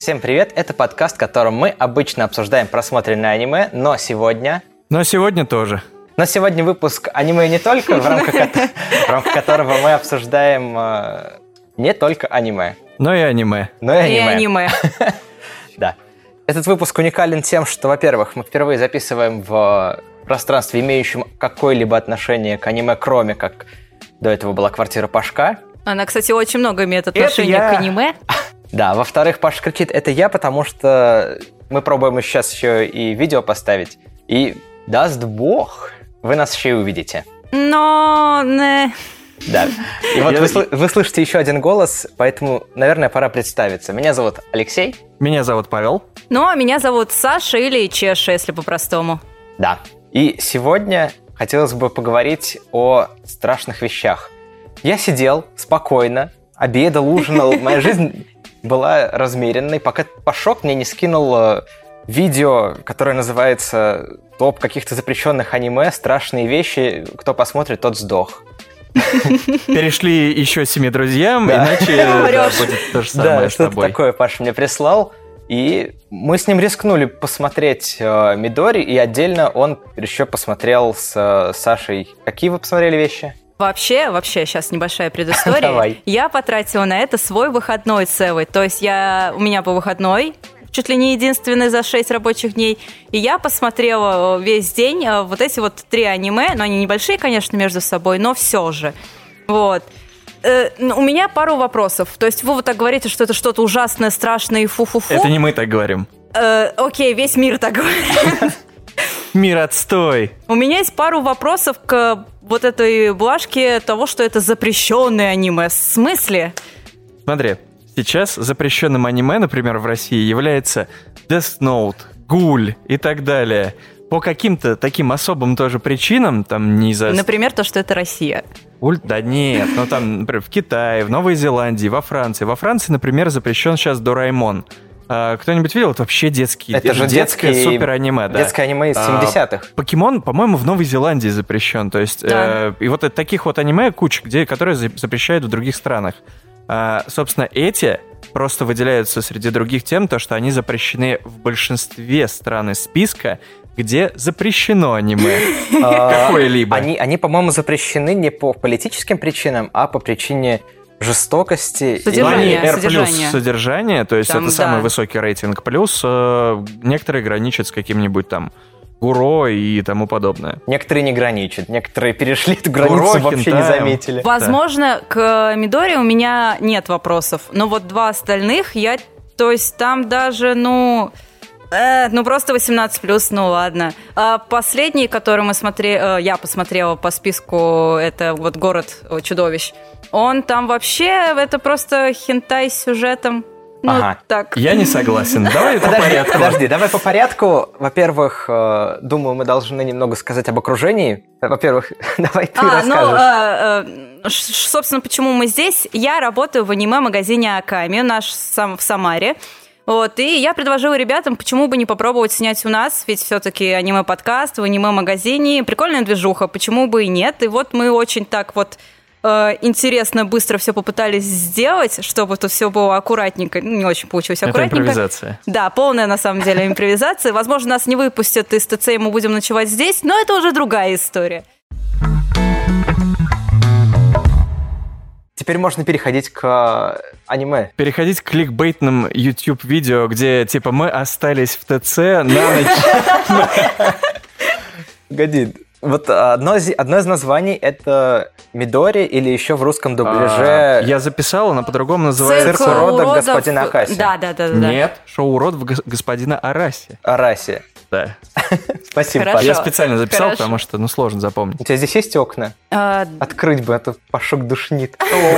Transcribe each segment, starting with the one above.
Всем привет, это подкаст, в котором мы обычно обсуждаем просмотренное аниме, но сегодня тоже. Но сегодня выпуск аниме не только, в рамках которого мы обсуждаем не только аниме. Но и аниме. И аниме. Да. Этот выпуск уникален тем, что, во-первых, мы впервые записываем в пространстве, имеющем какое-либо отношение к аниме, кроме как до этого была квартира Пашка. Она, кстати, очень много имеет отношение к аниме. Да, во-вторых, Паша кричит, это я, потому что мы пробуем сейчас еще и видео поставить. И даст бог, вы нас еще и увидите. Но... Да. И вот вы слышите еще один голос, поэтому, наверное, пора представиться. Меня зовут Алексей. Меня зовут Павел. Ну, а меня зовут Саша или Чеша, если по-простому. Да. И сегодня хотелось бы поговорить о страшных вещах. Я сидел спокойно, обедал, ужинал. Моя жизнь была размеренной, пока Пашок мне не скинул видео, которое называется «Топ каких-то запрещенных аниме. Страшные вещи. Кто посмотрит, тот сдох». Перешли еще 7 друзьям, иначе будет то же самое с тобой. Что-то такое Паша мне прислал. И мы с ним рискнули посмотреть Мидори, и отдельно он еще посмотрел с Сашей. Какие вы посмотрели вещи? Вообще, сейчас небольшая предыстория. Давай. Я потратила на это свой выходной целый. То есть у меня был выходной, чуть ли не единственный за 6 рабочих дней. И я посмотрела весь день вот эти вот 3 аниме. Но они небольшие, конечно, между собой, но все же. Вот. У меня пару вопросов. То есть вы вот так говорите, что это что-то ужасное, страшное и фу-фу-фу. Это не мы так говорим. Окей, весь мир так говорит. Мир, отстой. У меня есть пару вопросов к вот этой блажке того, что это запрещенное аниме. В смысле? Смотри, сейчас запрещенным аниме, например, в России является Death Note, Гуль и так далее. По каким-то таким особым тоже причинам, там не из-за... Например, то, что это Россия. Да нет, ну там, например, в Китае, в Новой Зеландии, во Франции. Во Франции, например, запрещен сейчас Дораэмон. Кто-нибудь видел? Это вообще детский. Это же детское супер-аниме, да. Детское аниме из 70-х. Покемон, по-моему, в Новой Зеландии запрещен. То есть, да. И вот таких вот аниме куча, которые запрещают в других странах. Собственно, эти просто выделяются среди других тем, то, что они запрещены в большинстве стран из списка, где запрещено аниме какое-либо. Они, по-моему, запрещены не по политическим причинам, а по причине жестокости. Содержание, то есть там, это самый высокий рейтинг. Плюс некоторые граничат с каким-нибудь там гуро и тому подобное. Некоторые не граничат, некоторые перешли эту границу, вообще не заметили. Возможно, к Мидори у меня нет вопросов, но вот 2 остальных то есть там даже, просто 18+, ну ладно. Последний, который я посмотрела по списку, это вот «Город чудовищ». Он там вообще, это просто хентай с сюжетом. Так. Я не согласен. Давай по порядку. Подожди, давай по порядку. Во-первых, думаю, мы должны немного сказать об окружении. Во-первых, давай ты расскажешь. Собственно, почему мы здесь? Я работаю в аниме-магазине Аками, в Самаре. Вот, и я предложила ребятам, почему бы не попробовать снять у нас, ведь все-таки аниме-подкаст в аниме-магазине, прикольная движуха, почему бы и нет. И вот мы очень так вот интересно, быстро все попытались сделать, чтобы тут все было аккуратненько. Не очень получилось аккуратненько. Это импровизация. Да, полная на самом деле импровизация. Возможно, нас не выпустят из ТЦ, и мы будем ночевать здесь, но это уже другая история. Теперь можно переходить к аниме. Переходить к кликбейтным YouTube-видео, где типа мы остались в ТЦ на ночь. Погоди. Вот одно из названий — это Мидори, или еще в русском дубляже... Я записал, она по-другому называется... «Цирк уродов господина Акаси». Да. Нет, шоу уродов господина Араси. Араси. Да. Спасибо, Хорошо. Паша. Я специально записал, потому что, сложно запомнить. У тебя здесь есть окна? Открыть бы, а то Пашок душнит.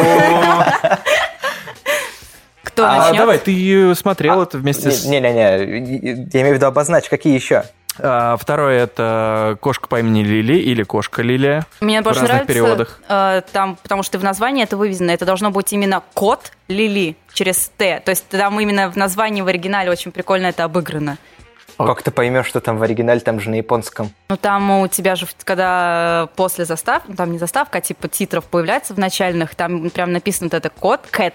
Кто начнет? Давай, ты смотрел это вместе с... Не-не-не, я имею в виду обозначь, какие еще? Второе — это «Кошка по имени Лили» или «Кошка Лилия». Мне в разных нравится, переводах. Там, потому что в названии это выведено, это должно быть именно «Кот Лили» через «Т». То есть там именно в названии в оригинале очень прикольно это обыграно. Как ты поймешь, что там в оригинале, там же на японском? Ну, там у тебя же, когда после заставки, там не заставка, а типа титров появляется в начальных, там прям написано вот это «Кот», «Кэт».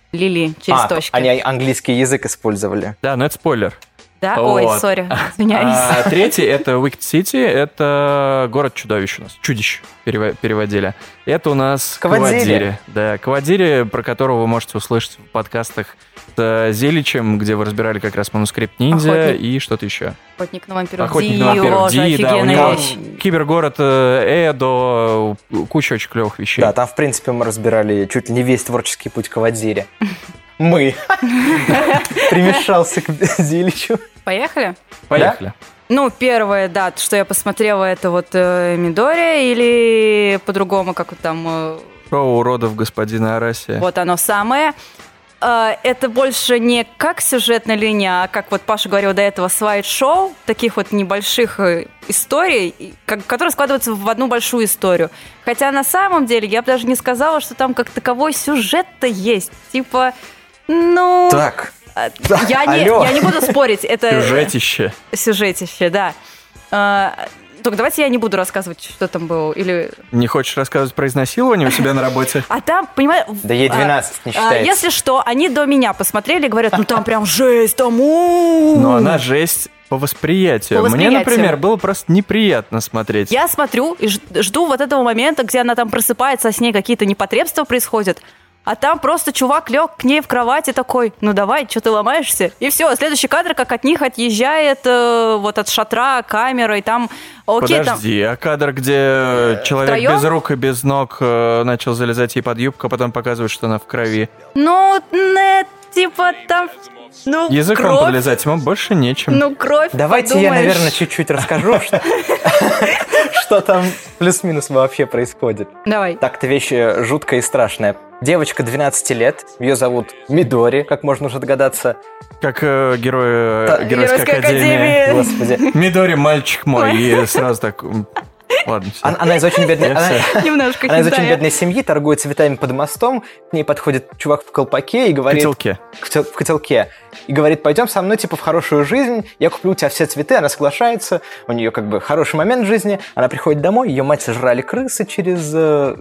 Лили через точки. Они английский язык использовали. Да, но это спойлер. Да? Вот. Ой, сори, извиняюсь. А третий — это Wicked City, это город чудовищ у нас. Чудищ переводили. Это у нас Кавадзири. Да, Кавадзири, про которого вы можете услышать в подкастах с Зеличем, где вы разбирали как раз манускрипт ниндзя Охотник. и что-то еще. Охотник на вампиров Охотник на вампиров Ди, Ди, да, у офигенная него вещь. кибергород Эдо, куча очень клевых вещей. Да, там, в принципе, мы разбирали чуть ли не весь творческий путь Кавадзири. Мы. Примешался к Зиличу. Поехали? Поехали. Ну, первое, да, что я посмотрела, это вот Мидори, или по-другому, как вот там... Шоу уродов господина Арасия. Вот оно самое. Это больше не как сюжетная линия, а как вот Паша говорил до этого, слайд-шоу, таких вот небольших историй, которые складываются в одну большую историю. Хотя на самом деле я бы даже не сказала, что там как таковой сюжет-то есть. Типа, ну... Так. Я не буду спорить. Это Сюжетище, да. Только давайте я не буду рассказывать, что там было. Или... Не хочешь рассказывать про изнасилование у себя на работе? А там, понимаешь... Да ей 12 не считается. Если что, они до меня посмотрели и говорят, ну там прям жесть, там... у-у-у». Но она жесть по восприятию. По восприятию. Мне, например, было просто неприятно смотреть. Я смотрю и жду вот этого момента, где она там просыпается, а с ней какие-то непотребства происходят. А там просто чувак лег к ней в кровати такой, ну давай, что ты ломаешься? И все, следующий кадр, как от них отъезжает вот от шатра камера, и там... Окей, Подожди, а кадр, где человек втроём? без рук и без ног начал залезать ей под юбку, а потом показывает, что она в крови. Ну, типа там... Ну, Языком кровь, подлезать ему больше нечем. ну кровь, Давайте я, подумаешь. наверное, чуть-чуть расскажу, что там плюс-минус вообще происходит. Давай. Так-то вещь жуткая и страшная. Девочка 12 лет, ее зовут Мидори, как можно уже догадаться. Как герой Геройской Геройской академии. академии. Господи. Мидори, мальчик мой. И сразу так... Ладно, все. Она из очень бедной... Немножко Она из очень хентая. бедной семьи, торгует цветами под мостом. К ней подходит чувак в колпаке и говорит... В котелке. И говорит, пойдем со мной, типа, в хорошую жизнь, я куплю у тебя все цветы. Она соглашается, у нее как бы хороший момент в жизни. Она приходит домой, ее мать сожрали крысы через...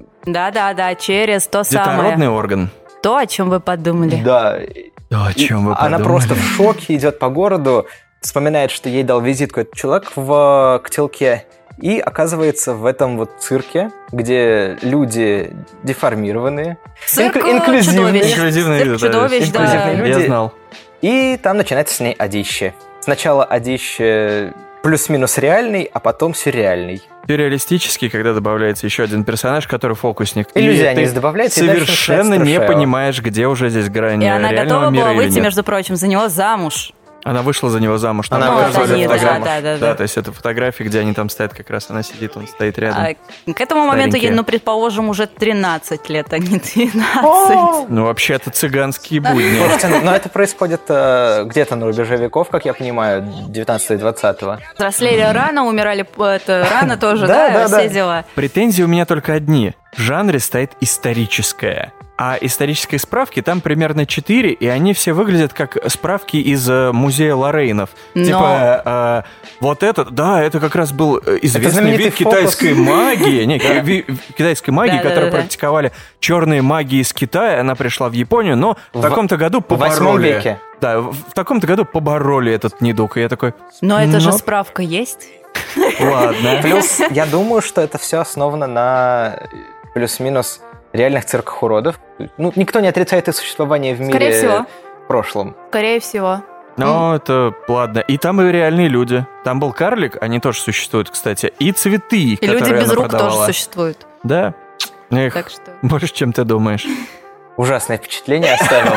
Да, через то самое. Детородный орган. То, о чем вы подумали. Да. Да, о чем вы Она подумали? просто в шоке, идет по городу, вспоминает, что ей дал визитку этот человек в котелке. И оказывается в этом вот цирке, где люди деформированные, Цирк инклюзивные. чудовищ. Инклюзивные, Цирк да, чудовищ, да. инклюзивные люди. Я знал. И там начинается с ней одище. Сначала одище плюс-минус реальный, а потом сюрреальный. Сюрреалистический, когда добавляется еще один персонаж, который фокусник. Иллюзионист И ты добавляется, и дальше совершенно начинается не трэшево. понимаешь, где уже здесь грань И она реального готова мира была или выйти, нет. между прочим, за него замуж. Она вышла за него замуж. Там Она показывали вышла за него фотографии. замуж. Да. То есть это фотографии, где они там стоят как раз, она сидит, он стоит рядом. К этому моменту ей, Старенькие. ну, предположим, уже 13 лет, а не 12. Ну, вообще, это цыганские будни. Слушайте, но это происходит где-то на рубеже веков, как я понимаю, 19 и 20-го. Взрослели рано, умирали рано тоже, Да, да, да, все да. дела. Претензии у меня только одни. В жанре стоит историческое. А исторические справки там примерно 4, и они все выглядят как справки из музея Лоррейнов. Но- Типа, вот этот, да, это как раз был известный знаменитый вид фокус. китайской магии. Не, китайской магии, Да, которую да. практиковали черные маги из Китая. Она пришла в Японию, но в таком-то году в 8 побороли. веке. Да, в таком-то году побороли этот недуг. И я такой, Но это же ну, справка есть. ладно. Плюс, я думаю, что это все основано на плюс-минус реальных цирках уродов. Ну, никто не отрицает их существование в Скорее мире всего. в прошлом. Скорее всего. Ну, это ладно. И там и реальные люди. Там был карлик, они тоже существуют, кстати. И цветы, И которые люди без она рук продавала. тоже существуют. Да. Эх, Так что... больше, чем ты думаешь. Ужасное впечатление оставил.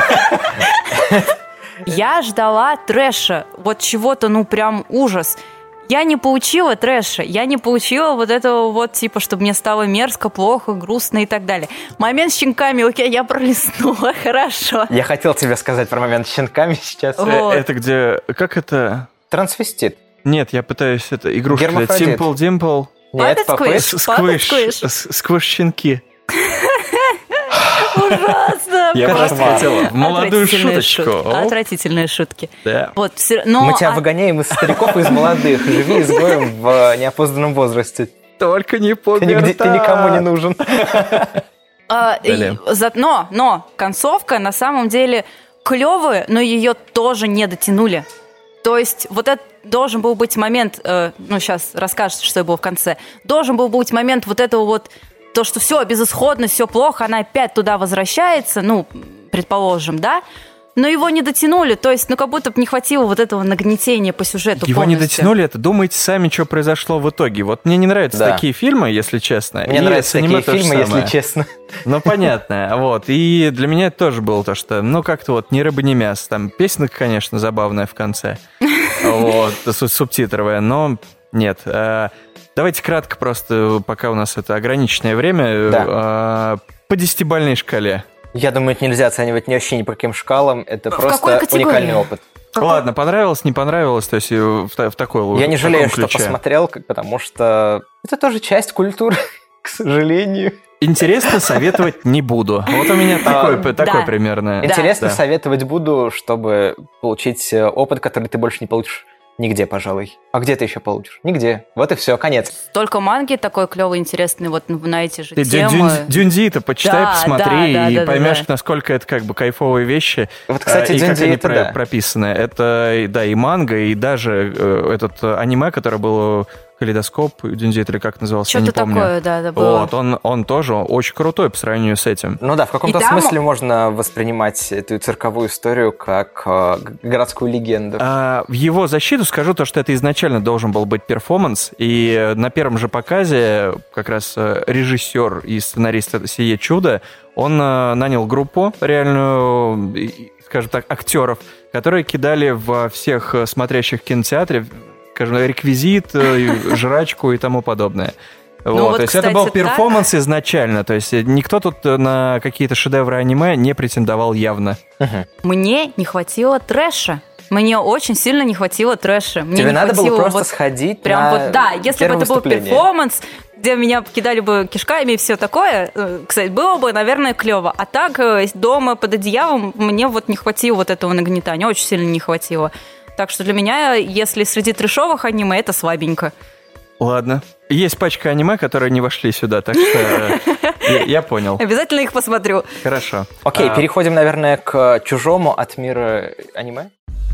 Я ждала трэша, вот чего-то, ну прям ужас. Я не получила трэша, я не получила вот этого вот, типа, чтобы мне стало мерзко, плохо, грустно и так далее. Момент с щенками, окей, я пролистнула, хорошо. Я хотел тебе сказать про момент с щенками сейчас. Вот. Это где... Как это? Трансвестит. Нет, я пытаюсь... Это игрушка. Гермафродит. Simple Dimple. Нет, Папа попыт. сквиш. Сквиш. Сквиш-щенки. Ужасно. Я просто Кошмар. хотела в молодую Отвратительные шуточку. шутки. Отвратительные шутки. Да. Вот, но... Мы тебя выгоняем из стариков и из молодых. Живи изгоем в неопозданном возрасте. Только не Ты никому не нужен. Но концовка на самом деле клевая, но ее тоже не дотянули. То есть вот это должен был быть момент, сейчас расскажете, что было в конце, должен был быть момент вот этого вот, то, что все, безысходность, все плохо, она опять туда возвращается, предположим, да, но его не дотянули, то есть, как будто бы не хватило вот этого нагнетения по сюжету его полностью. Не дотянули, это думайте сами, что произошло в итоге. Вот мне не нравятся такие фильмы, если честно. Мне нравятся такие фильмы, если честно. Понятно, вот. И для меня это тоже было то, что, как-то вот ни рыба, ни мясо. Там песня, конечно, забавная в конце, вот, субтитровая, но нет. Давайте кратко просто, пока у нас это ограниченное время, по 10-бальной шкале. Я думаю, это нельзя оценивать вообще ни по каким шкалам. Это просто уникальный опыт. Ладно, понравилось, не понравилось, то есть в такой луже. Я не жалею, что посмотрел, потому что это тоже часть культуры, к сожалению. Интересно советовать не буду. Вот у меня такой примерно. Интересно советовать буду, чтобы получить опыт, который ты больше не получишь нигде, пожалуй. А где ты еще получишь? Нигде. Вот и все, конец. Только манги такой клевый, интересный, вот на эти же темы. Дюнди-то почитай, посмотри, и поймешь, насколько это кайфовые вещи. Вот, кстати, и Дюнди как они это прописаны. Это, и манга, и даже этот аниме, которое было... Калейдоскоп, Дюнди, или как назывался, что-то я не помню. Что-то такое, да, было. Вот, он тоже очень крутой по сравнению с этим. В каком-то смысле можно воспринимать эту цирковую историю как городскую легенду. В его защиту скажу то, что это изначально должен был быть перформанс, и на первом же показе как раз режиссер и сценарист «Сие чудо», он нанял группу реальную, скажем так, актеров, которые кидали во всех смотрящих в кинотеатре, скажем, реквизит, жрачку и тому подобное. То есть это был перформанс изначально, то есть никто тут на какие-то шедевры аниме не претендовал явно. Мне не хватило трэша. Мне очень сильно не хватило трэша. Тебе надо было просто сходить на если бы это был перформанс, где меня кидали бы кишками и все такое, кстати, было бы, наверное, клево. А так, дома под одеялом мне вот не хватило вот этого нагнетания, очень сильно не хватило. Так что для меня, если среди трэшовых аниме, это слабенько. Ладно. Есть пачка аниме, которые не вошли сюда, так что я понял. Обязательно их посмотрю. Хорошо. Окей, переходим, наверное, к чужому от мира аниме.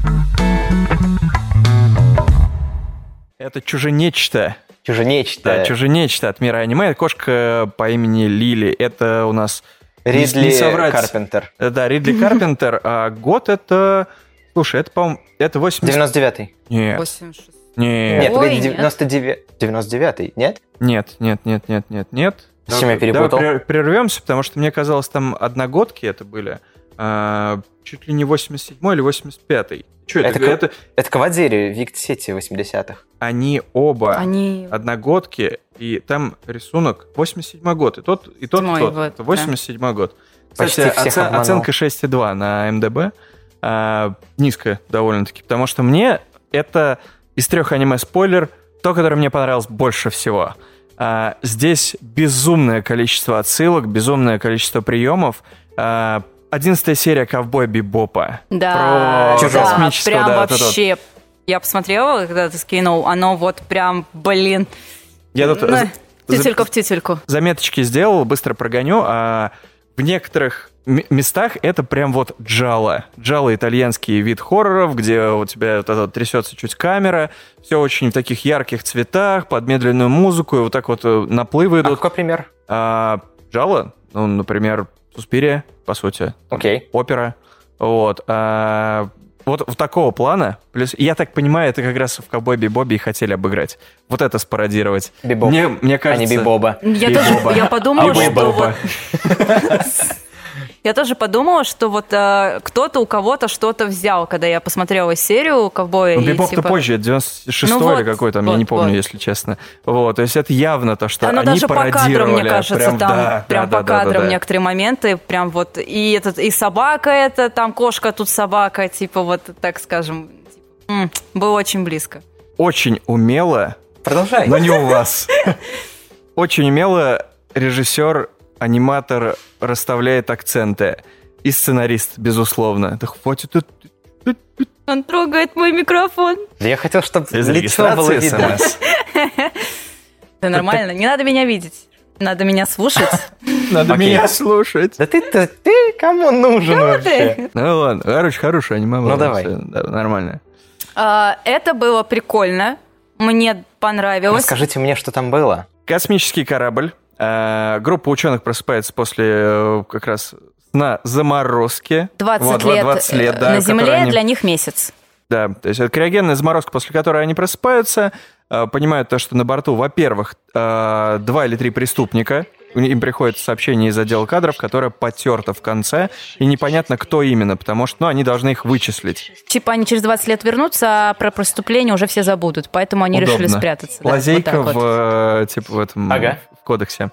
Это «Чуженечто». «Чуженечто». Да, «Чуженечто» от мира аниме. Кошка по имени Лили. Это у нас... Ридли Карпентер. Да, Ридли Карпентер. А год это... Слушай, это, по-моему, это 99-й. Нет. 86. Нет. Нет, 99-й, нет? Нет. С чем я перепутал? Давай прервемся, потому что мне казалось, там одногодки это были. Чуть ли не 87-й или 85-й. Что это? Это Кавадзири, Викт-Сети 80-х. Они оба одногодки, и там рисунок 87-й год. И тот. Это 87-й год. Кстати, оценка 6,2 на МДБ. Низкая довольно-таки, потому что мне это из 3 аниме спойлер, то, которое мне понравилось больше всего. Здесь безумное количество отсылок, безумное количество приемов. 11-я серия «Ковбой Бибопа». Да, про космического, прям вообще. Я посмотрела, когда ты скинул, оно вот прям, блин. Я тут тютельку в тютельку. Заметочки сделал, быстро прогоню. В некоторых местах это прям вот джало. Джало — итальянский вид хорроров, где у тебя трясется чуть камера, все очень в таких ярких цветах, под медленную музыку, и вот так вот наплывы идут. Какой пример? Джало, например, Суспирия, по сути. Окей. Опера. Вот. Вот в такого плана. Плюс, я так понимаю, это как раз в «Ковбой Бибопе» и хотели обыграть. Вот это спародировать. Бибоп. Мне кажется... А не Бибоба. Я подумала, что вот... Я тоже подумала, что вот кто-то у кого-то что-то взял, когда я посмотрела серию «Ковбоя». Бибоп-то позже, 96-й или какой там, я не помню, если честно. Вот, то есть это явно то, что они даже пародировали. По кадрам, мне кажется, там прям по кадрам да. Некоторые моменты, прям вот, и собака это, там кошка, тут собака, типа вот, так скажем, было очень близко. Очень умело. Продолжай. Но не у вас. Очень умело режиссер, аниматор расставляет акценты. И сценарист, безусловно. Да хватит. Он трогает мой микрофон. Я хотел, чтобы лицо было видно. Да нормально, не надо меня видеть. Надо меня слушать. Надо Окей. меня слушать. Да ты кому нужен вообще? Ну ладно, короче, хорошее аниме. Ну, давай. Нормально. Это было прикольно. Мне понравилось. Расскажите мне, что там было. Космический корабль. Группа ученых просыпается после как раз сна заморозки. 20 20 лет, да, на Земле которые они- для них месяц. Да, то есть это криогенная заморозка, после которой они просыпаются, понимают то, что на борту, во-первых, 2 или 3 преступника, им приходит сообщение из отдела кадров, которое потерто в конце, и непонятно, кто именно, потому что они должны их вычислить. Типа они через 20 лет вернутся, а про преступление уже все забудут, поэтому они решили Удобно. спрятаться. Да, Лазейка вот так вот. в этом Ага. в кодексе.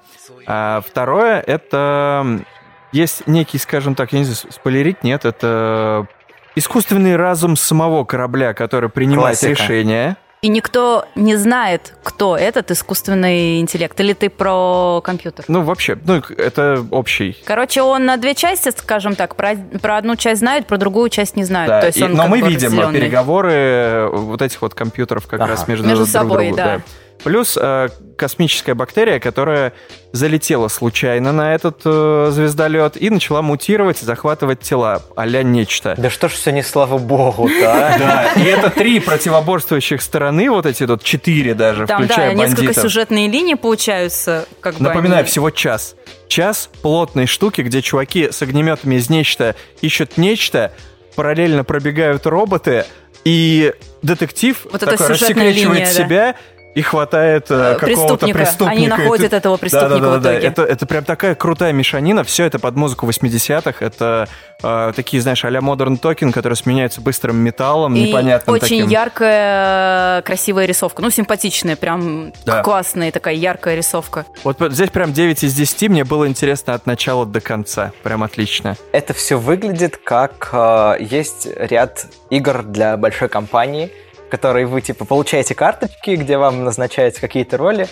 А второе, это есть некий, скажем так, я не знаю, спойлерить, нет, это искусственный разум самого корабля, который принимает Классика. решения. И никто не знает, кто этот искусственный интеллект. Или ты про компьютер? Ну, вообще, это общий. Короче, он на 2 части, скажем так, про одну часть знают, про другую часть не знают. Да, То есть он но как мы бы видим разделенный. переговоры вот этих вот компьютеров как Ага. раз между Между друг собой, другу, да. Плюс космическая бактерия, которая залетела случайно на этот звездолет и начала мутировать и захватывать тела а-ля нечто. Да что ж все не слава богу-то, а? Да, и это 3 противоборствующих стороны, вот эти вот 4 даже, Там, да, включая несколько бандитов. сюжетные линии получаются. Как бы Напоминаю, они- всего час. Час плотной штуки, где чуваки с огнеметами из нечто ищут нечто, параллельно пробегают роботы, и детектив Вот эта такой сюжетная рассекречивает линия, да. себя и хватает какого-то преступника. Они находят И этого преступника в итоге. Это прям такая крутая мешанина. Все это под музыку 80-х. Это такие, знаешь, а-ля Modern Talking, которые сменяются быстрым металлом, И непонятным очень таким. яркая, красивая рисовка. Ну, симпатичная, прям Да. классная такая яркая рисовка. Вот здесь прям 9 из 10. Мне было интересно от начала до конца. Прям отлично. Это все выглядит как есть ряд игр для большой компании, в которой вы типа получаете карточки, где вам назначаются какие-то роли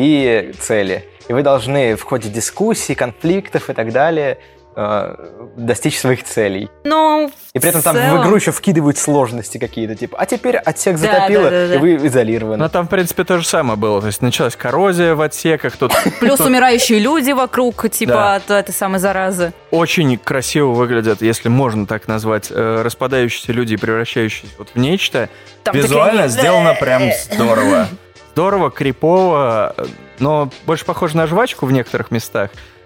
и цели. И вы должны в ходе дискуссий, конфликтов и так далее достичь своих целей. Ну, И при этом там в игру еще вкидывают сложности какие-то, типа, а теперь отсек Да, затопило, да. и вы изолированы. Но там, в принципе, то же самое было. То есть началась коррозия в отсеках. Тут Плюс умирающие люди вокруг, типа, Да. от этой самой заразы. очень красиво выглядят, если можно так назвать, распадающиеся люди и превращающиеся вот в нечто. Там Визуально такие- сделано прям здорово. Здорово, крипово, но больше похоже на жвачку в некоторых местах.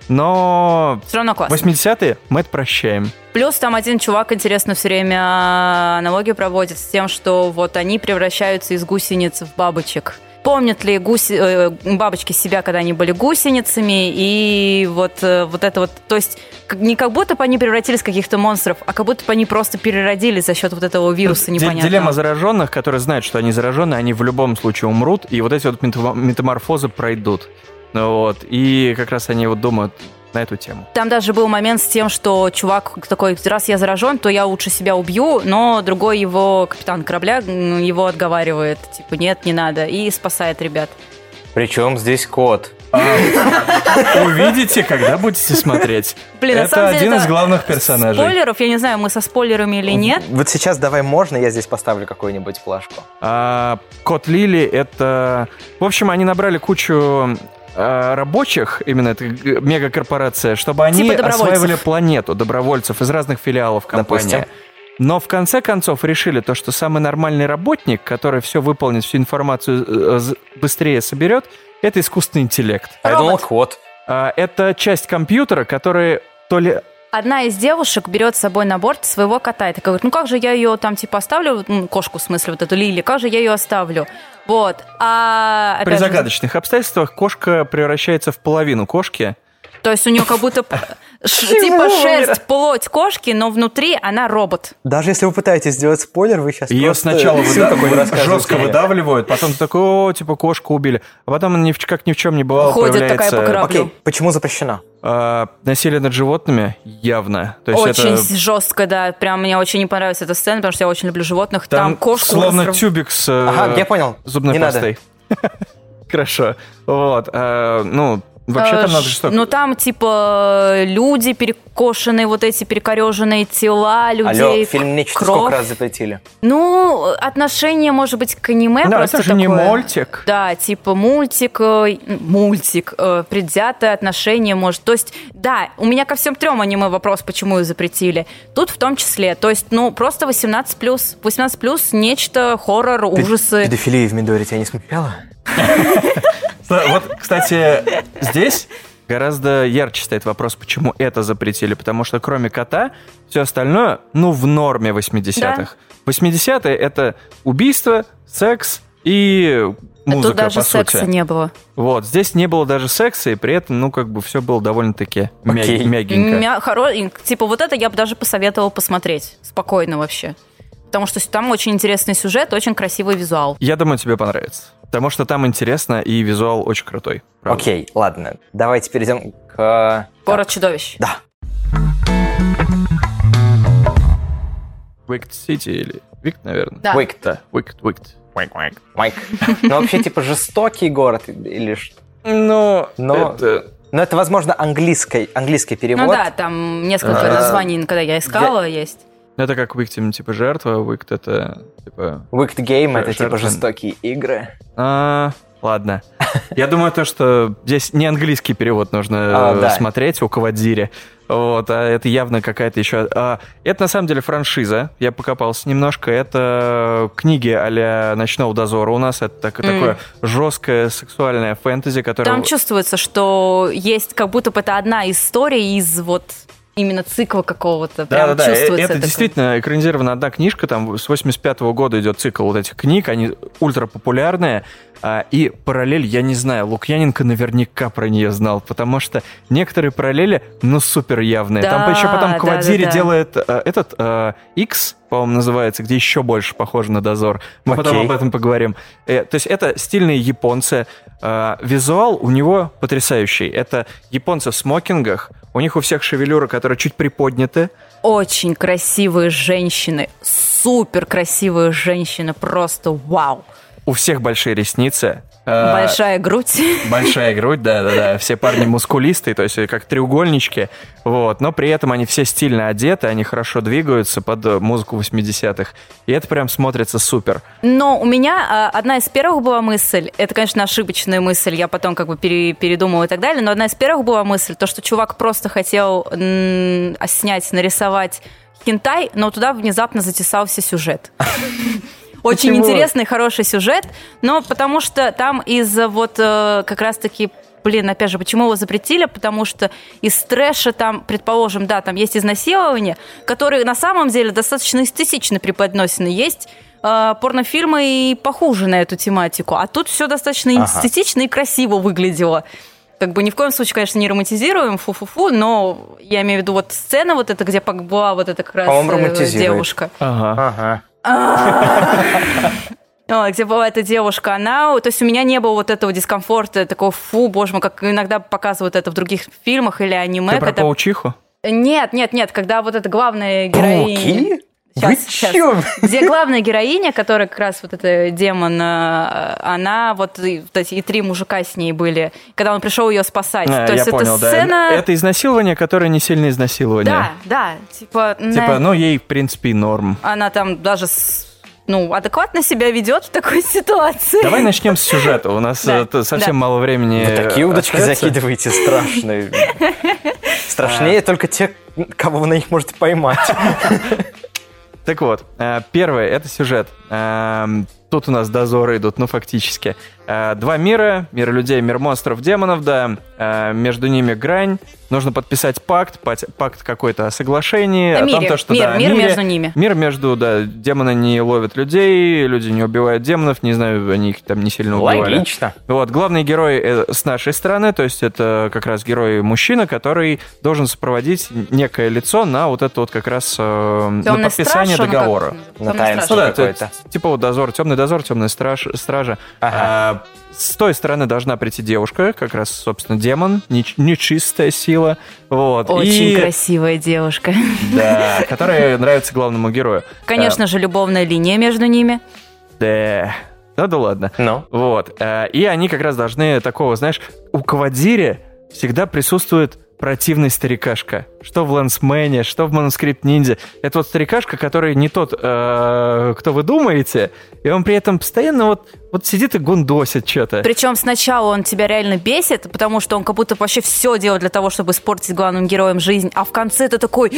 Но Все равно классно. 80-е мы это прощаем. Плюс там один чувак, интересно, все время аналогию проводит с тем, что вот они превращаются из гусениц в бабочек. Помнят ли бабочки себя, когда они были гусеницами, и вот это вот, то есть не как будто бы они превратились в каких-то монстров, а как будто бы они просто переродились за счет вот этого вируса непонятного. Дилемма зараженных, которые знают, что они заражены, они в любом случае умрут, и вот эти вот метаморфозы пройдут. Вот. И как раз они вот думают на эту тему. Там даже был момент с тем, что чувак такой, раз я заражен, то я лучше себя убью, но другой его капитан корабля его отговаривает, типа, нет, не надо, и спасает ребят. Причем здесь кот. Увидите, когда будете смотреть. Блин, на Это самом деле, один это из главных персонажей. Спойлеров, я не знаю, мы со спойлерами или нет. Вот сейчас давай можно, я здесь поставлю какую-нибудь плашку. Кот Лили — это... В общем, они набрали кучу рабочих, именно эта мегакорпорация, чтобы они Типа добровольцев. осваивали планету, добровольцев из разных филиалов компании. Допустим. Но в конце концов решили то, что самый нормальный работник, который все выполнит, всю информацию быстрее соберет, это искусственный интеллект. А я думал, Робот. кот. Это часть компьютера, который то ли... Одна из девушек берет с собой на борт своего кота. И такая говорит, ну как же я ее там типа оставлю, кошку в смысле, вот эту Лили, как же я ее оставлю? Вот. А При опять же, загадочных обстоятельствах кошка превращается в половину кошки. то есть у нее как будто типа шерсть, плоть кошки, но внутри она робот. Даже если вы пытаетесь сделать спойлер, вы сейчас Ее просто сначала всю такую рассказываете жестко мне. выдавливают, потом ты такой, о, типа кошку убили. А потом она как ни в чем не бывало Ходит появляется... такая по кораблю. Окей, почему запрещено? Насилие над животными явно. То есть Очень это... жестко, да. Прям мне очень не понравилась эта сцена, потому что я очень люблю животных. Там кошку... словно разрыв- тюбик с Ага, я понял. зубной Не надо. пастой. Хорошо. Вот. Ну, Вообще там надо жестоко. Ну, там, типа, люди перекошенные, вот эти перекореженные тела людей. Алло, фильм «Нечто» кровь. сколько раз запретили? Ну, отношение, может быть, к аниме Да, просто это же такое. не мультик. Да, типа мультик, предвзятое отношение может. То есть, да, у меня ко всем 3 аниме вопрос, почему их запретили. Тут в том числе. То есть, ну, просто 18+. 18+, нечто, хоррор, ужасы. Педофилия в Мидоре тебя не смущала? Вот, кстати, здесь гораздо ярче стоит вопрос, почему это запретили. Потому что кроме кота, все остальное, ну, в норме 80-х. 80-е — это убийство, секс и музыка, Тут даже по сути. секса не было. Вот, здесь не было даже секса, и при этом, ну, как бы все было довольно-таки Окей. мягенько. Типа, вот это я бы даже посоветовала посмотреть. Спокойно вообще. Потому что там очень интересный сюжет, очень красивый визуал. Я думаю, тебе понравится. Потому что там интересно, и визуал очень крутой. Правда. Окей, ладно. Давайте перейдем к... Город чудовищ. Да. Wicked City или... Wicked, наверное. Да. Wicked. Да, Wicked. Майк. Ну, вообще, типа, жестокий город или что? Но это... Ну, это, возможно, английский перевод. Ну да, там несколько названий, когда я искала, есть. Это как Victim, типа, жертва, Wicked — это, типа... Wicked Game — это, типа, жертва. жестокие игры. Ладно. Я думаю, то, что здесь не английский перевод нужно да. смотреть у Кавадзири. Вот, а это явно какая-то еще... это на самом деле франшиза. Я покопался немножко. Это книги а-ля «Ночного дозора» у нас. Это такое жесткое сексуальное фэнтези, которое... Там чувствуется, что есть как будто бы это одна история из вот именно цикла какого-то. Прям Да. чувствуется Это такое. действительно экранизирована одна книжка. Там с 85-го года идет цикл вот этих книг. Они ультрапопулярные. И параллель, я не знаю, Лукьяненко наверняка про нее знал, потому что некоторые параллели, ну, супер явные. Да, Там еще потом Кавадзири да. делает этот X, по-моему, называется, где еще больше похоже на дозор. Мы потом об этом поговорим. То есть это стильные японцы. Визуал у него потрясающий. Это японцы в смокингах. У них у всех шевелюры, которые чуть приподняты. Очень красивые женщины, супер красивые женщины, просто вау. У всех большие ресницы. Большая грудь. Большая грудь, да. Все парни мускулистые, то есть как треугольнички. Вот. Но при этом они все стильно одеты, они хорошо двигаются под музыку 80-х. И это прям смотрится супер. Но у меня одна из первых была мысль, это, конечно, ошибочная мысль, я потом как бы передумала и так далее, но одна из первых была мысль, то, что чувак просто хотел снять, нарисовать хентай, но туда внезапно затесался сюжет. Очень Почему? интересный, хороший сюжет, но потому что там из-за вот как раз-таки, опять же, почему его запретили? Потому что из трэша там, предположим, да, там есть изнасилования, которые на самом деле достаточно эстетично преподносены. Есть порнофильмы и похуже на эту тематику, а тут все достаточно эстетично и красиво выглядело. Как бы ни в коем случае, конечно, не романтизируем, фу-фу-фу, но я имею в виду вот сцена вот эта, где была вот эта как раз девушка. Ага. Где была эта девушка, то есть у меня не было вот этого дискомфорта, такого фу, боже мой, как иногда показывают это в других фильмах или аниме. Ты про паучиху? Нет, когда вот эта главная героиня... Сейчас. Где главная героиня, которая как раз вот эта демон, она вот эти и 3 мужика с ней были, когда он пришел ее спасать. То есть я понял, сцена... да. Это изнасилование, которое не сильное изнасилование. Да. Типа, ей, в принципе, норм. Она там даже адекватно себя ведет в такой ситуации. Давай начнем с сюжета. У нас совсем мало времени. Вы такие удочки закидываете страшные. Страшнее только те, кого вы на них можете поймать. Так вот, первое — это сюжет. Тут у нас дозоры идут, фактически. 2 мира, мир людей, мир монстров, демонов, да. Между ними грань. Нужно подписать пакт какой-то о соглашении. О том, что, мир между ними. Мир между, демоны не ловят людей, люди не убивают демонов, не знаю, они их там не сильно убивали. Логично. Вот, главный герой с нашей стороны, то есть это как раз герой-мужчина, который должен сопроводить некое лицо на вот это вот как раз на подписание договора. На таинство какое-то. Типа вот дозор, темный дозор, темная стража. Ага. С той стороны должна прийти девушка, как раз, собственно, демон, нечистая сила. Вот. Очень красивая девушка. Да, которая нравится главному герою. Конечно же, любовная линия между ними. Да ладно. Ну. Вот. И они как раз должны такого, знаешь, у Кавадзири всегда присутствует противный старикашка. Что в Лансмене, что в Манускрипт Ниндзя. Это вот старикашка, который не тот, кто вы думаете, и он при этом постоянно вот сидит и гундосит что-то. Причем сначала он тебя реально бесит, потому что он как будто вообще все делает для того, чтобы испортить главным героем жизнь, а в конце ты такой: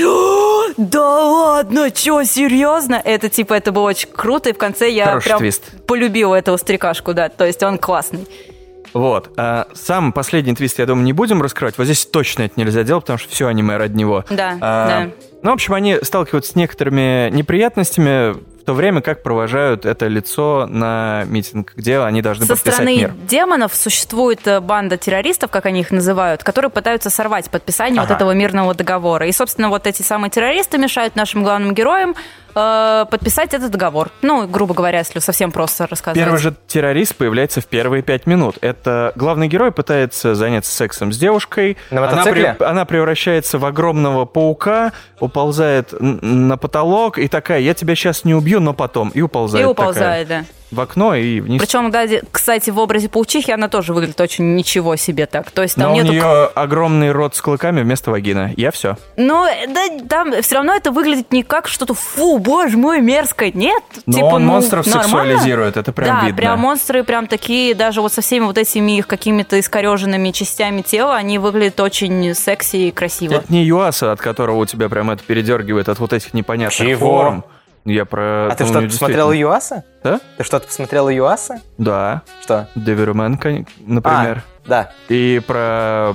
да ладно, что, серьезно? Это было очень круто, и в конце я Хороший прям твист. полюбила этого старикашку, да, то есть он классный. Вот. А сам последний твист, я думаю, не будем раскрывать. Вот здесь точно это нельзя делать, потому что все аниме ради него. Да, да. Ну, в общем, они сталкиваются с некоторыми неприятностями в то время, как провожают это лицо на митинг, где они должны подписать мир. Со стороны демонов существует банда террористов, как они их называют, которые пытаются сорвать подписание вот этого мирного договора. И, собственно, вот эти самые террористы мешают нашим главным героям подписать этот договор. Ну, грубо говоря, если совсем просто рассказать. Первый же террорист появляется в первые 5 минут. Это главный герой пытается заняться сексом с девушкой. На мотоцикле? Она превращается в огромного паука, уползает на потолок и такая: я тебя сейчас не убью, но потом. И уползает. И уползает, такая. да. В окно и вниз. Причем, да, кстати, в образе паучихи она тоже выглядит очень ничего себе так. То есть там но нету... у нее огромный рот с клыками вместо вагины. Я все. Но да, там все равно это выглядит не как что-то «фу, боже мой, мерзко». Нет. Но он монстров сексуализирует, это прям видно. Да, прям монстры прям такие, даже вот со всеми вот этими их какими-то искореженными частями тела, они выглядят очень секси и красиво. Это не Юаса, от которого у тебя прям это передергивает от вот этих непонятных форм. Я про... А ты что-то посмотрел Юаса? Да? Ты что-то посмотрел Юаса? Да. Что? Devilman, например. Да. И про...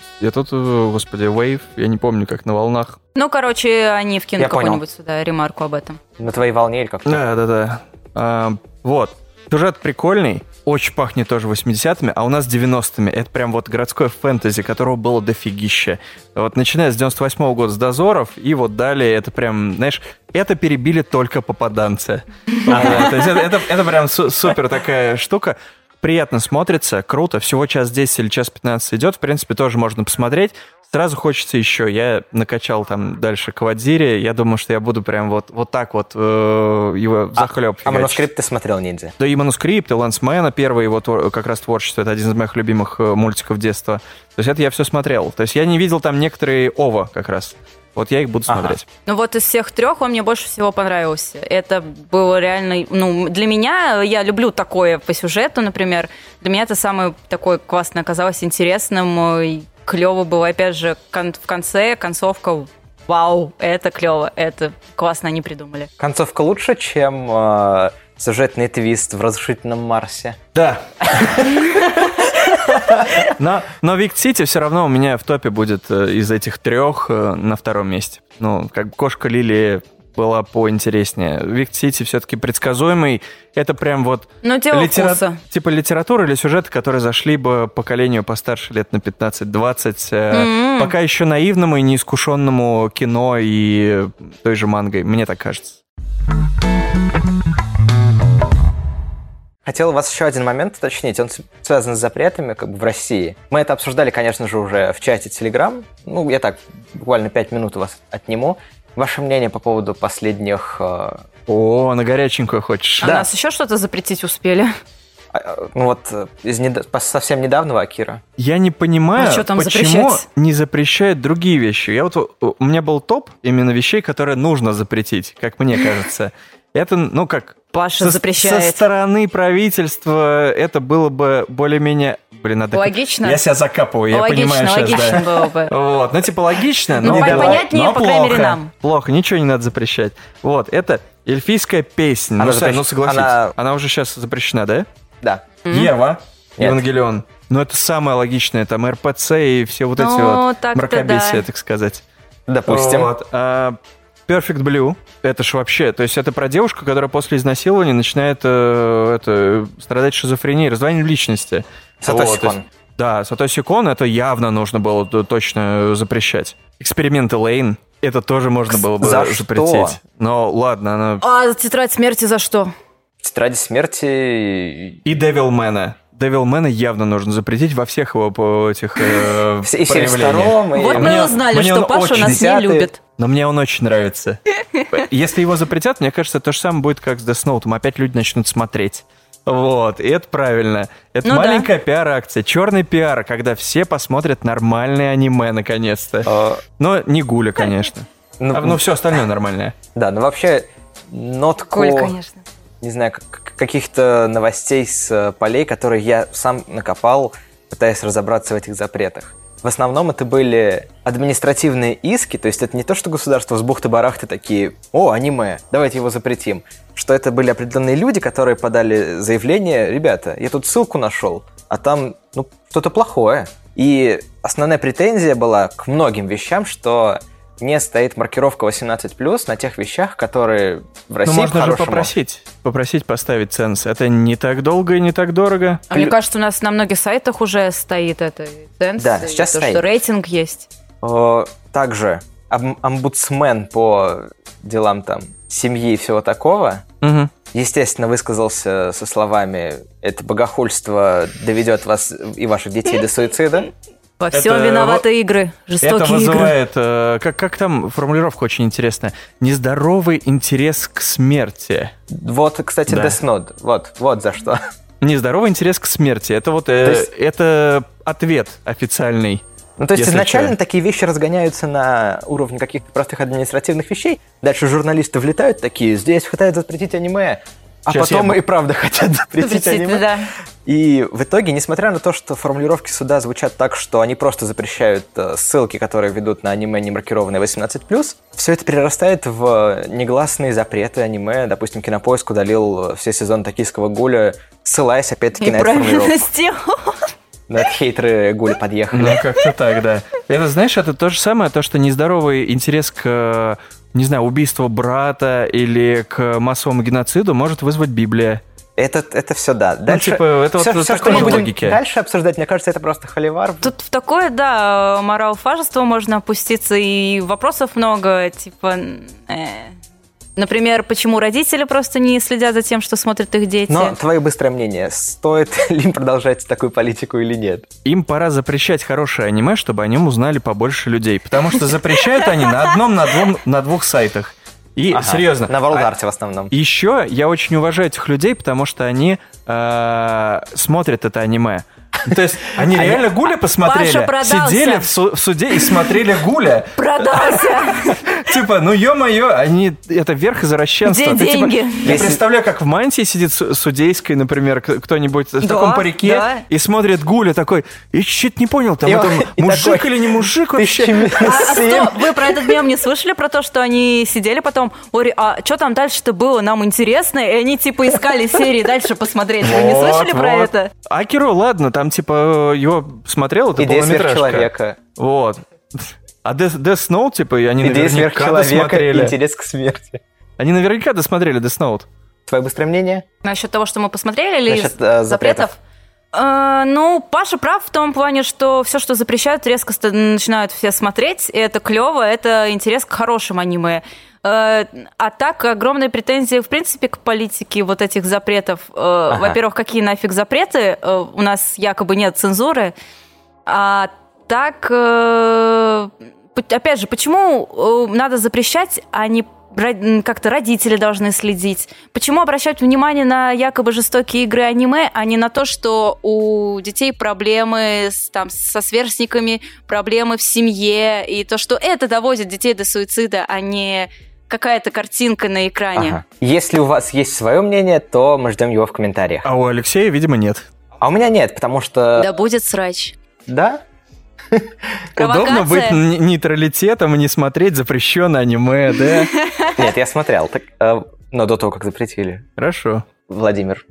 господи, Wave, я не помню, как на волнах. Ну, короче, они вкинут Я какую-нибудь сюда ремарку об этом. На твоей волне или как-то? Да. Вот. Сюжет прикольный, очень пахнет тоже 80-ми, а у нас 90-ми. Это прям вот городское фэнтези, которого было дофигища. Вот начиная с 98-го года, с Дозоров, и вот далее это прям, знаешь, это перебили только попаданцы. То есть это прям супер такая штука. Приятно смотрится, круто, всего час 10 или час 15 идет, в принципе, тоже можно посмотреть. Сразу хочется еще. Я накачал там дальше Кавадзири. Я думаю, что я буду прям вот так вот его захлеб фигачить. А Манускрипт ты смотрел, ниндзя? Да и Манускрипт, и Лансмена, первое его как раз творчество. Это один из моих любимых мультиков детства. То есть это я все смотрел. То есть я не видел там некоторые ова как раз. Вот я их буду смотреть. Ну вот из всех трех он мне больше всего понравился. Это было реально... Ну, для меня, я люблю такое по сюжету, например. Для меня это самое такое классное оказалось, интересным. Клево было, опять же, в конце концовка. Вау, это клево, это классно они придумали. Концовка лучше, чем сюжетный твист в «Разрушительном Марсе». Да. Но Викт Сити все равно у меня в топе будет из этих трех на втором месте. Ну, как Кошка Лили была поинтереснее. Викт Сити все-таки предсказуемый. Это прям вот... Ну, дело вкуса. Типа литература или сюжеты, которые зашли бы поколению постарше лет на 15-20. Пока еще наивному и неискушенному кино и той же мангой. Мне так кажется. Хотел у вас еще один момент уточнить. Он связан с запретами как бы в России. Мы это обсуждали, конечно же, уже в чате Telegram. Ну, я так буквально 5 минут у вас отниму. Ваше мнение по поводу последних... О, на горяченькую хочешь? А Да. нас еще что-то запретить успели? Ну вот, совсем недавнего Акира. Я не понимаю, А что там почему запрещать? не запрещают другие вещи. У меня был топ именно вещей, которые нужно запретить, как мне кажется. Это, ну как... Паша запрещает. Со стороны правительства это было бы более-менее... Блин, надо... Логично? Я себя закапываю, я понимаю сейчас, логично да. было бы. Вот, ну типа логично, Ну, но... понятнее, но по крайней мере, плохо. нам. Плохо, ничего не надо запрещать. Вот, это эльфийская песня. Она Ну, согласитесь, она- она уже сейчас запрещена, да? Да. Ева, Нет. Евангелион. Но это самое логичное, там РПЦ и все вот эти Ну, вот так-то мракобесия, да. так сказать. Допустим. Вот. Perfect Blue, это ж вообще, то есть это про девушку, которая после изнасилования начинает страдать шизофренией, раздвоением личности. Сатоси Вот, то есть- Кон. Да, Сатоси Кон это явно нужно было точно запрещать. Эксперименты Лейн, это тоже можно было бы За запретить. что? Но ладно, она... А тетрадь смерти за что? Тетради смерти... И Девилмена. Девилмена явно нужно запретить во всех его этих И в проявлениях. 72-м, и... Вот мы мне- узнали, мне что он Паша очень нас не 10-й. любит. Но мне он очень нравится. Если его запретят, мне кажется, то же самое будет, как с Death Note. Опять люди начнут смотреть. Вот, и это правильно. Это маленькая пиар-акция, черный пиар, когда все посмотрят нормальное аниме наконец-то. Но не Гуля, конечно. Но все остальное нормальное. Да, вообще нотку... Гуля, конечно. Не знаю, каких-то новостей с полей, которые я сам накопал, пытаясь разобраться в этих запретах. В основном это были административные иски, то есть это не то, что государство с бухты-барахты такие: «О, аниме, давайте его запретим». Что это были определенные люди, которые подали заявление: «Ребята, я тут ссылку нашел, а там, что-то плохое». И основная претензия была к многим вещам, что не стоит маркировка 18+, на тех вещах, которые в России можно же попросить поставить ценз. Это не так долго и не так дорого. А мне кажется, у нас на многих сайтах уже стоит это ценз. Да, сейчас стоит. Что рейтинг есть. Также омбудсмен по делам там семьи и всего такого, естественно, высказался со словами: «Это богохульство доведет вас и ваших детей до суицида». Во всем виноваты игры, жестокие игры. Это вызывает, как там формулировка очень интересная, нездоровый интерес к смерти. Вот, кстати, да. Death Note, вот за что. Нездоровый интерес к смерти, это ответ официальный. То есть изначально такие вещи разгоняются на уровне каких-то простых административных вещей, дальше журналисты влетают такие: «Здесь хотят запретить аниме». А потом и правда хотят запретить аниме. Да. И в итоге, несмотря на то, что формулировки суда звучат так, что они просто запрещают ссылки, которые ведут на аниме, не маркированные 18+, все это перерастает в негласные запреты аниме. Допустим, Кинопоиск удалил все сезоны «Токийского гуля», ссылаясь опять-таки на эту формулировку. Да, хейтеры Гуля подъехали. Как-то так, да. Это, знаешь, это то же самое, то, что нездоровый интерес к, не знаю, убийству брата или к массовому геноциду может вызвать Библия. Это все, да. Дальше, это все, что мы будем дальше обсуждать, мне кажется, это просто холивар. Тут в такое, моралфажество можно опуститься, и вопросов много, Например, почему родители просто не следят за тем, что смотрят их дети? Но твое быстрое мнение, стоит ли им продолжать такую политику или нет? Им пора запрещать хорошее аниме, чтобы о нем узнали побольше людей. Потому что запрещают они на двух сайтах. И серьезно. На WorldArt в основном. Еще я очень уважаю этих людей, потому что они смотрят это аниме. То есть они реально Гуля посмотрели, сидели в суде и смотрели Гуля. Продался. Ё-моё, это верх извращенства. Где деньги? Я представляю, как в мантии сидит судейской, например, кто-нибудь в таком парике и смотрит Гуля такой: «Я чуть-чуть не понял, там это мужик или не мужик вообще?» Вы про этот мем не слышали, про то, что они сидели потом: «Ори, а что там дальше-то было? Нам интересно». И они искали серии дальше посмотреть. Вы не слышали про это? Акиру, ладно, там его смотрел, это «Идея полнометражка. Сверхчеловека». Вот. А Death Note, они «Идея наверняка досмотрели. Интерес к смерти». Они наверняка досмотрели Death Note. Твое быстрое мнение? Насчет того, что мы посмотрели, или насчет запретов? Паша прав в том плане, что все, что запрещают, резко начинают все смотреть, и это клево, это интерес к хорошим аниме. А так, огромные претензии, в принципе, к политике вот этих запретов. Во-первых, какие нафиг запреты? У нас якобы нет цензуры. А так, опять же, почему надо запрещать, а не как-то родители должны следить? Почему обращать внимание на якобы жестокие игры аниме, а не на то, что у детей проблемы со сверстниками, проблемы в семье, и то, что это доводит детей до суицида, а не какая-то картинка на экране? Если у вас есть свое мнение, то мы ждем его в комментариях. А у Алексея, видимо, нет. А у меня нет, потому что... Да будет срач. Да? Удобно быть нейтралитетом и не смотреть запрещенное аниме, да? Нет, я смотрел, но до того, как запретили. Хорошо. Владимир.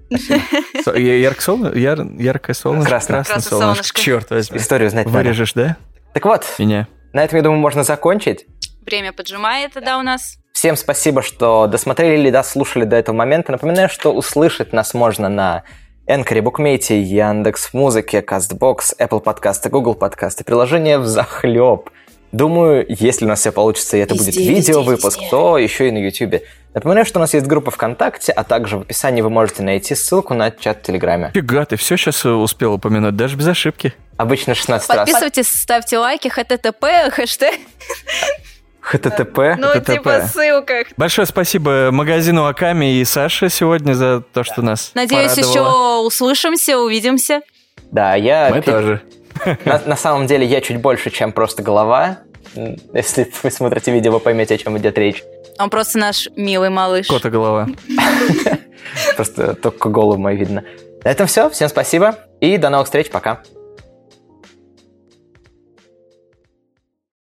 Яркое солнышко. Красное солнышко. Черт возьми. Историю знать надо. Вырежешь, да? Так вот, меня. На этом, я думаю, можно закончить. Время поджимает, да, у нас. Всем спасибо, что досмотрели или дослушали до этого момента. Напоминаю, что услышать нас можно на Энкоре, Букмейте, Яндекс.Музыке, Castbox, Apple Подкасты, Google Подкасты, приложение взахлеб. Думаю, если у нас все получится, и это будет видеовыпуск, то еще и на YouTube. Напоминаю, что у нас есть группа ВКонтакте, а также в описании вы можете найти ссылку на чат в Телеграме. Фига, ты все сейчас успел упомянуть, даже без ошибки. Обычно 16 раз. Подписывайтесь, ставьте лайки, http, хэштег. ХТТП. Ну, ХТТП. типа ссылках. Большое спасибо магазину Аками и Саше сегодня за то, что нас Надеюсь, порадовало. еще услышимся, увидимся. Да, Мы тоже. На самом деле я чуть больше, чем просто голова. Если вы смотрите видео, вы поймете, о чем идет речь. Он просто наш милый малыш. Кота голова. Просто только голову мою видно. На этом все. Всем спасибо. И до новых встреч. Пока.